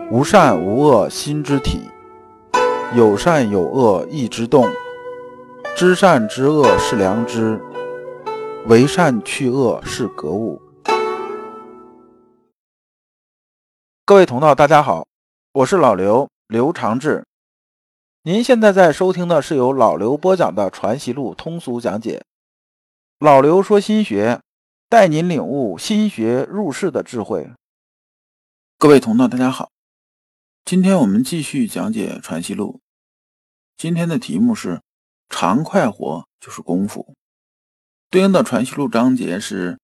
无善无恶心之体，有善有恶意之动。知善知恶是良知，为善去恶是格物。各位同道大家好，我是老刘，刘长志。您现在在收听的是由老刘播讲的《传习录》通俗讲解。老刘说心学，带您领悟心学入世的智慧。各位同道大家好，今天我们继续讲解《传习录》。今天的题目是常快活就是功夫，对应的《传习录》章节是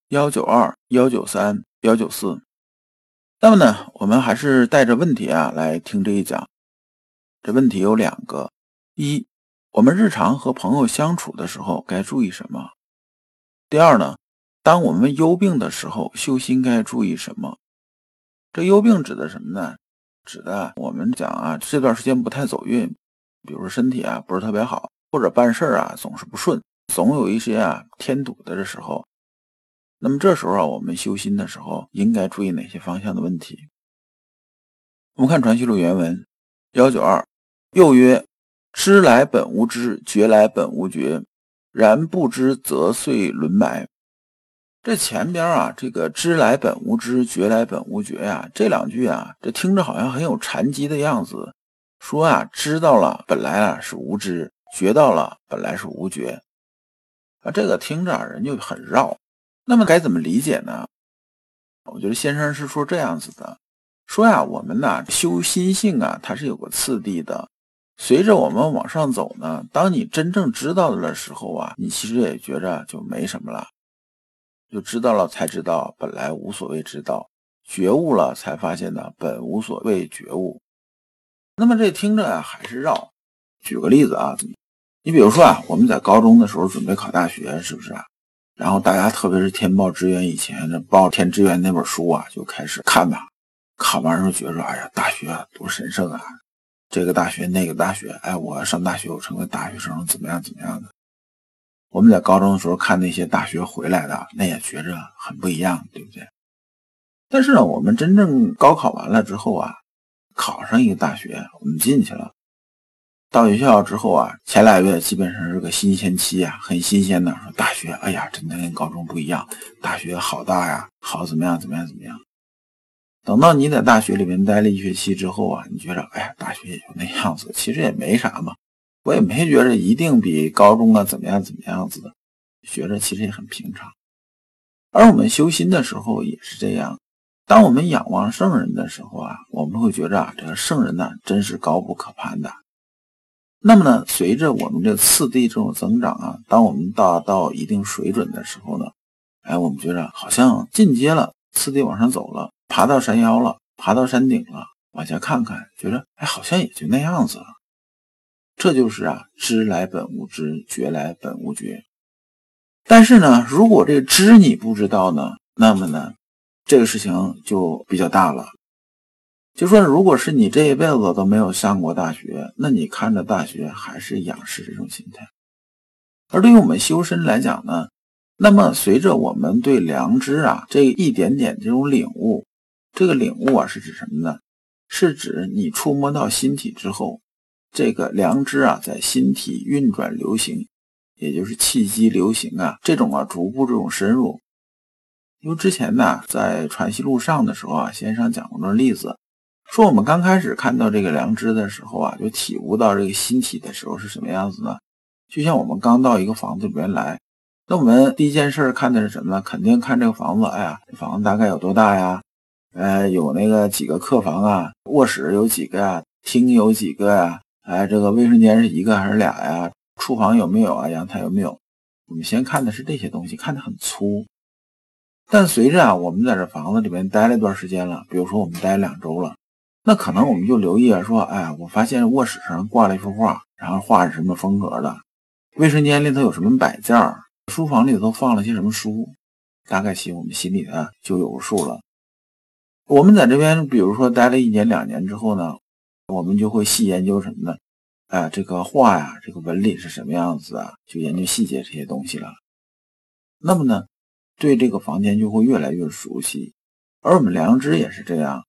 192、193、194。那么呢，我们还是带着问题来听这一讲。这问题有两个：一，我们日常和朋友相处的时候该注意什么？第二呢，当我们忧病的时候，修心该注意什么？这忧病指的什么呢？指的我们讲这段时间不太走运，比如说身体不是特别好，或者办事总是不顺，总有一些添堵的这时候。那么这时候我们修心的时候应该注意哪些方向的问题？我们看传习录原文192，又曰：知来本无知，觉来本无觉，然不知则遂沦埋。这前边这个知来本无知，觉来本无觉这两句这听着好像很有禅机的样子，说知道了本来是无知，觉到了本来是无觉这个听着人就很绕。那么该怎么理解呢？我觉得先生是说这样子的，说我们修心性它是有个次第的，随着我们往上走呢，当你真正知道的时候你其实也觉着就没什么了，就知道了才知道本来无所谓知道，觉悟了才发现呢本无所谓觉悟。那么这听着还是绕。举个例子你比如说我们在高中的时候准备考大学，是不是然后大家特别是填报志愿以前，这报填志愿那本书就开始看吧。考完时候觉着哎呀，大学多神圣这个大学那个大学，我上大学我成为大学生怎么样怎么样的。我们在高中的时候看那些大学回来的，那也觉着很不一样，对不对？但是呢，我们真正高考完了之后考上一个大学，我们进去了，到学校之后前俩月基本上是个新鲜期很新鲜的，说大学哎呀真的跟高中不一样，大学好大好怎么样怎么样怎么样。等到你在大学里面待了一学期之后你觉着哎呀大学也就那样子，其实也没啥嘛，我也没觉着一定比高中怎么样怎么样子的，觉着其实也很平常。而我们修心的时候也是这样，当我们仰望圣人的时候我们会觉着这个圣人真是高不可攀的。那么呢，随着我们这次第这种增长当我们到一定水准的时候呢，我们觉着好像进阶了，次第往上走了，爬到山腰了，爬到山顶了，往下看看，觉着好像也就那样子了。这就是知来本无知，觉来本无觉。但是呢，如果这知你不知道呢，那么呢，这个事情就比较大了。就说如果是你这一辈子都没有上过大学，那你看着大学还是仰视这种心态。而对于我们修身来讲呢，那么随着我们对良知这一点点这种领悟，这个领悟是指什么呢？是指你触摸到心体之后，这个良知在心体运转流行，也就是气机流行这种逐步这种深入。因为之前在传习录上的时候先生讲过这例子，说我们刚开始看到这个良知的时候就体悟到这个心体的时候是什么样子呢？就像我们刚到一个房子里面来，那我们第一件事看的是什么呢？肯定看这个房子，这房子大概有多大呀？有那个几个客房卧室有几个呀？厅有几个呀？这个卫生间是一个还是俩呀？厨房有没有阳台有没有？我们先看的是这些东西，看得很粗。但随着我们在这房子里面待了一段时间了，比如说我们待2周了，那可能我们就留意说我发现卧室上挂了一幅画，然后画是什么风格的，卫生间里头有什么摆件，书房里头放了些什么书，大概其我们心里就有数了。我们在这边比如说待了1年2年之后呢，我们就会细研究什么呢？这个画这个纹理是什么样子就研究细节这些东西了。那么呢，对这个房间就会越来越熟悉。而我们良知也是这样，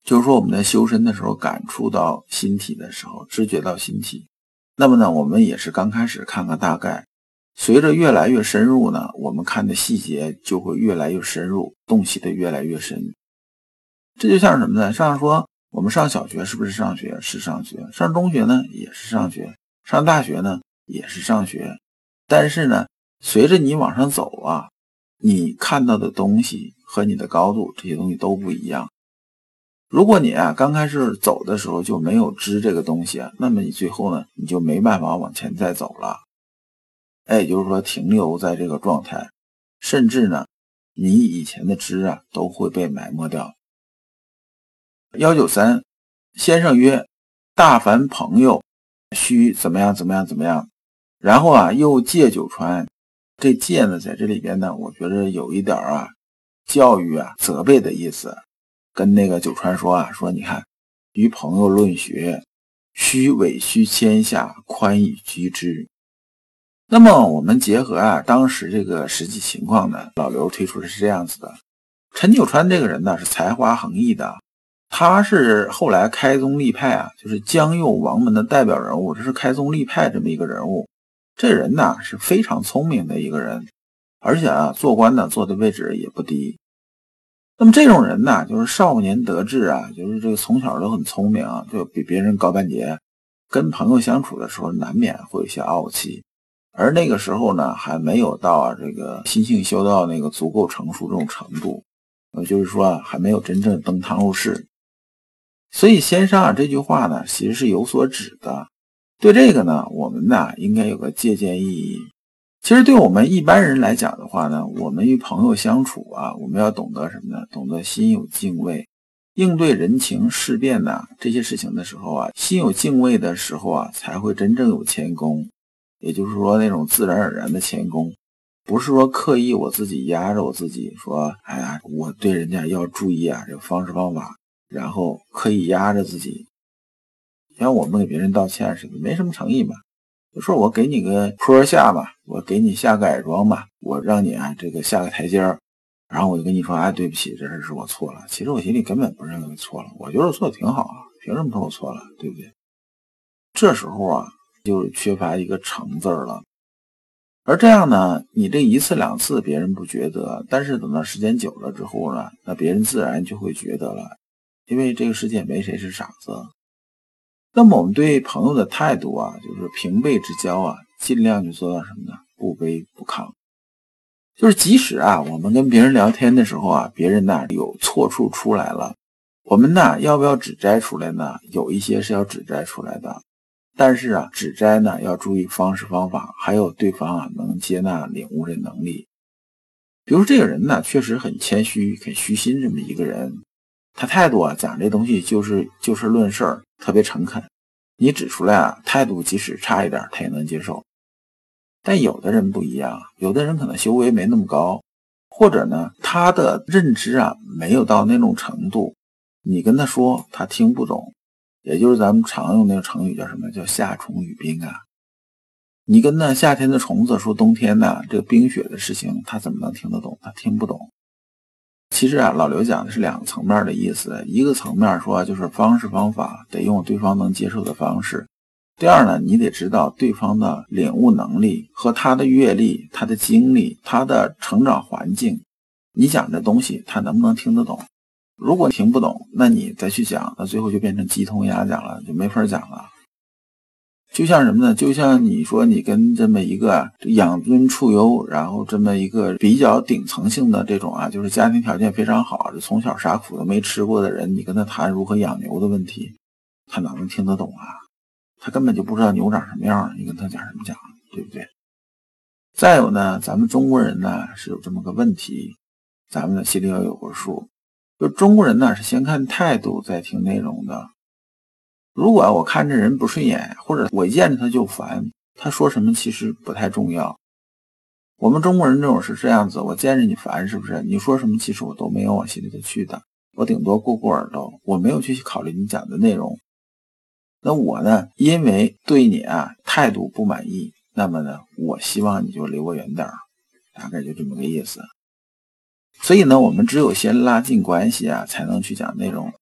就是说我们在修身的时候感触到心体的时候，知觉到心体，那么呢我们也是刚开始看个大概，随着越来越深入呢，我们看的细节就会越来越深入，洞悉的越来越深。这就像什么呢？像说我们上小学是不是上学？是上学。上中学呢也是上学。上大学呢也是上学。但是呢，随着你往上走啊，你看到的东西和你的高度，这些东西都不一样。如果你刚开始走的时候就没有知这个东西那么你最后呢，你就没办法往前再走了。也就是说停留在这个状态，甚至呢，你以前的知都会被埋没掉。193先生曰：大凡朋友须怎么样怎么样怎么样。然后又借酒传，这借呢在这里边呢，我觉得有一点教育责备的意思。跟那个酒传说你看，与朋友论学，须委虚谦下，宽以居之。那么我们结合当时这个实际情况呢，老刘推出的是这样子的。陈九川这个人呢是才华横溢的，他是后来开宗立派就是江右王门的代表人物，这是开宗立派这么一个人物。这人呢是非常聪明的一个人，而且做官呢坐的位置也不低。那么这种人呢，就是少年得志就是这个从小都很聪明就比别人高半截，跟朋友相处的时候难免会有些傲气，而那个时候呢还没有到这个心性修到那个足够成熟这种程度，就是说还没有真正登堂入室。所以先生这句话呢其实是有所指的。对这个呢我们呢应该有个借鉴意义。其实对我们一般人来讲的话呢，我们与朋友相处我们要懂得什么呢？懂得心有敬畏，应对人情事变这些事情的时候心有敬畏的时候才会真正有谦恭。也就是说那种自然而然的谦恭，不是说刻意我自己压着我自己说我对人家要注意这个方式方法，然后刻意压着自己。像我们给别人道歉似的，没什么诚意嘛。就说我给你个坡下吧，我给你下个矮桩吧，我让你这个下个台阶儿，然后我就跟你说对不起，这事是我错了。其实我心里根本不认为错了，我觉得我做的挺好凭什么说我错了，对不对？这时候就是缺乏一个诚字了。而这样呢，你这一次两次别人不觉得，但是等到时间久了之后呢，那别人自然就会觉得了，因为这个世界没谁是傻子。那么我们对朋友的态度就是平辈之交尽量去做到什么呢？不卑不亢。就是即使我们跟别人聊天的时候别人有错处出来了，我们要不要指摘出来呢？有一些是要指摘出来的，但是指摘呢要注意方式方法，还有对方能接纳领悟的能力。比如这个人确实很谦虚很虚心这么一个人，他态度讲这东西就事论事，特别诚恳。你指出来态度即使差一点他也能接受。但有的人不一样，有的人可能修为没那么高，或者呢他的认知没有到那种程度，你跟他说他听不懂。也就是咱们常用那个成语叫什么？叫夏虫语冰你跟那夏天的虫子说冬天这个冰雪的事情，他怎么能听得懂？他听不懂。其实老刘讲的是两个层面的意思，一个层面说就是方式方法得用对方能接受的方式。第二呢，你得知道对方的领悟能力和他的阅历、他的经历、他的成长环境，你讲的东西他能不能听得懂。如果听不懂，那你再去讲，那最后就变成鸡同鸭讲了，就没法讲了。就像什么呢？就像你说你跟这么一个养尊处优，然后这么一个比较顶层性的这种就是家庭条件非常好，就从小啥苦都没吃过的人，你跟他谈如何养牛的问题，他哪能听得懂他根本就不知道牛长什么样，你跟他讲什么讲，对不对？再有呢，咱们中国人是有这么个问题，咱们心里要有个数，就中国人是先看态度再听内容的。如果我看这人不顺眼，或者我一见着他就烦，他说什么其实不太重要。我们中国人这种是这样子，我见着你烦是不是？你说什么其实我都没有往心里头去的，我顶多过过耳朵，我没有去考虑你讲的内容。那我呢，因为对你态度不满意，那么呢我希望你就离我远点，大概就这么个意思。所以呢我们只有先拉近关系才能去讲内容。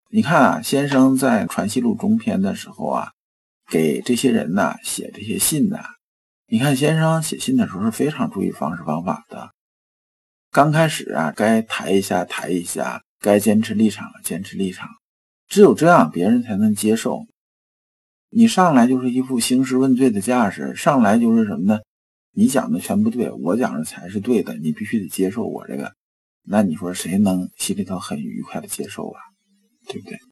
你看啊，先生在《传习录》中篇的时候啊，给这些人呢写这些信呢，你看先生写信的时候是非常注意方式方法的。刚开始啊，该抬一下抬一下，该坚持立场坚持立场，只有这样别人才能接受。你上来就是一副兴师问罪的架势，上来就是什么呢？你讲的全不对，我讲的才是对的，你必须得接受我这个。那你说谁能心里头很愉快的接受啊？对不对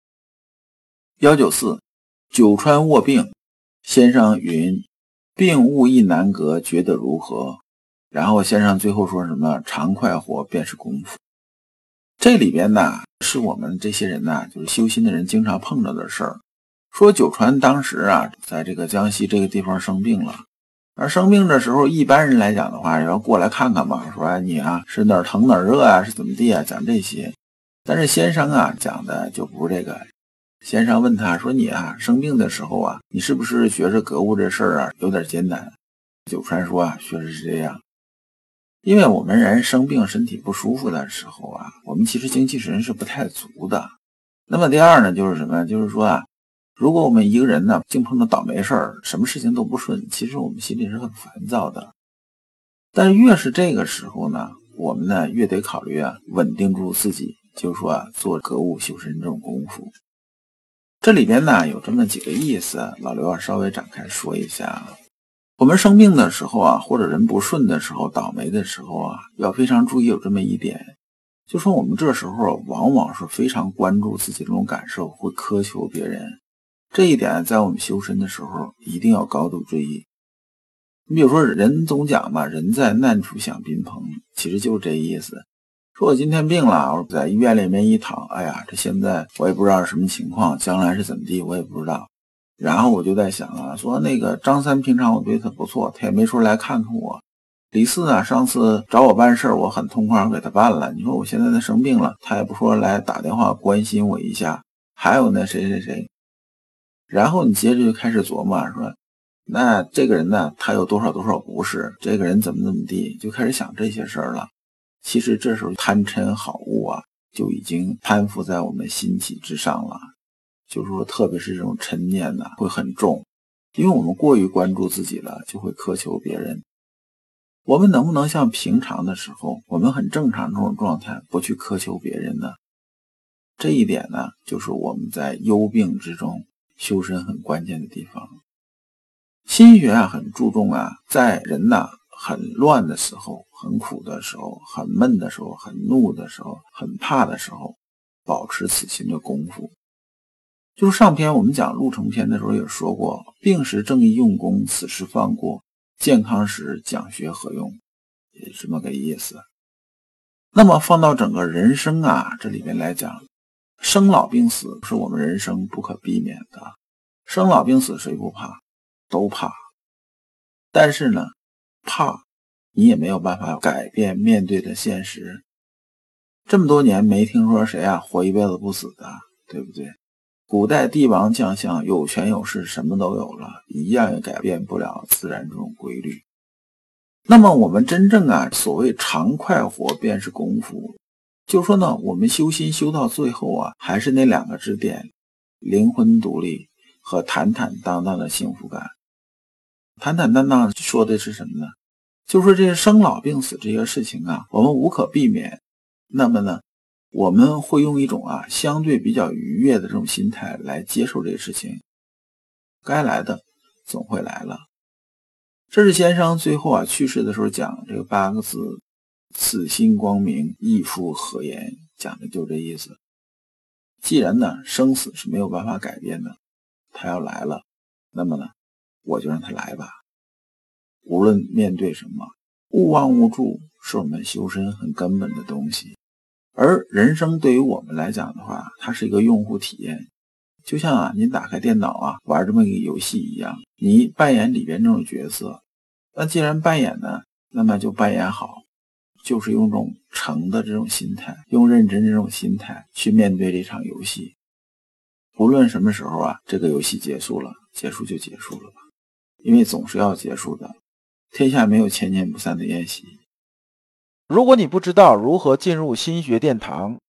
？194久川卧病，先生云：病勿亦难革，觉得如何？然后先生最后说什么？常快活便是功夫。这里边呢，是我们这些人呢，就是修心的人经常碰着的事儿。说久川当时啊，在这个江西这个地方生病了，而生病的时候，一般人来讲的话，要过来看看嘛，说你啊是哪儿疼哪儿热啊，是怎么地啊，讲这些。但是先生啊讲的就不是这个。先生问他说：“你啊生病的时候啊，你是不是觉着格物这事儿啊有点艰难？”久川说啊，确实是这样。因为我们人生病身体不舒服的时候啊，我们其实精气神是不太足的。那么第二呢，就是什么？就是说啊，如果我们一个人呢净碰到倒霉事儿，什么事情都不顺，其实我们心里是很烦躁的。但是越是这个时候呢，我们呢越得考虑啊，稳定住自己，就是说啊，做格物修身这种功夫。这里边呢有这么几个意思，老刘稍微展开说一下。我们生病的时候啊，或者人不顺的时候，倒霉的时候啊，要非常注意有这么一点，就说我们这时候往往是非常关注自己这种感受，会苛求别人。这一点在我们修身的时候一定要高度注意。你比如说人总讲嘛，人在难处想宾朋，其实就是这意思。说我今天病了，我在医院里面一躺，哎呀，这现在我也不知道是什么情况，将来是怎么地我也不知道。然后我就在想啊，说那个张三平常我对他不错，他也没说来看看我。李四啊，上次找我办事我很痛快，我给他办了。你说我现在他生病了，他也不说来打电话关心我一下。还有那谁谁谁，然后你接着就开始琢磨说，那这个人呢，他有多少多少不是，这个人怎么地，就开始想这些事儿了。其实这时候贪嗔好恶啊，就已经攀附在我们心体之上了。就是说特别是这种嗔念呢会很重，因为我们过于关注自己了，就会苛求别人。我们能不能像平常的时候，我们很正常这种状态，不去苛求别人呢？这一点呢，就是我们在忧病之中修身很关键的地方。心学啊很注重啊，在人呢很乱的时候，很苦的时候，很闷的时候，很怒的时候，很怕的时候，保持此心的功夫。就是上篇我们讲路程篇的时候也说过，病时正义用功，此时放过，健康时讲学何用，也是这么个意思。那么放到整个人生啊这里面来讲，生老病死是我们人生不可避免的。生老病死谁不怕？都怕。但是呢，怕你也没有办法改变面对的现实。这么多年没听说谁啊活一辈子不死的，对不对？古代帝王将相有权有势，什么都有了，一样也改变不了自然这种规律。那么我们真正啊，所谓常快活便是功夫，就是说呢，我们修心修到最后啊，还是那两个支点，灵魂独立和坦坦荡荡的幸福感。坦坦荡荡说的是什么呢？就是说这些生老病死这些事情啊，我们无可避免。那么呢，我们会用一种啊相对比较愉悦的这种心态来接受这个事情，该来的总会来了。这是先生最后啊去世的时候讲这个8个字：此心光明，亦复何言，讲的就这意思。既然呢生死是没有办法改变的，他要来了，那么呢我就让他来吧。无论面对什么，勿忘勿助是我们修身很根本的东西。而人生对于我们来讲的话，它是一个用户体验，就像啊您打开电脑啊玩这么一个游戏一样，你扮演里边这种角色，那既然扮演呢，那么就扮演好，就是用这种诚的这种心态，用认真这种心态去面对这场游戏。无论什么时候啊这个游戏结束了，结束就结束了吧，因为总是要结束的，天下没有千年不散的宴席。如果你不知道如何进入心学殿堂，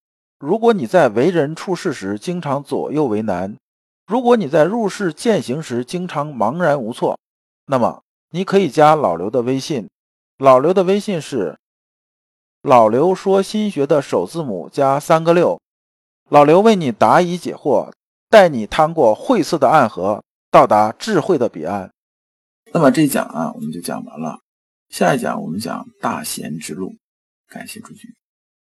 如果你在为人处事时经常左右为难，如果你在入世践行时经常茫然无措，那么你可以加老刘的微信。老刘的微信是老刘说心学的首字母加3个6。老刘为你答疑解惑，带你趟过晦涩的暗河，到达智慧的彼岸。 那么这一讲我们就讲完了，下一讲我们讲大贤之路。感谢诸君。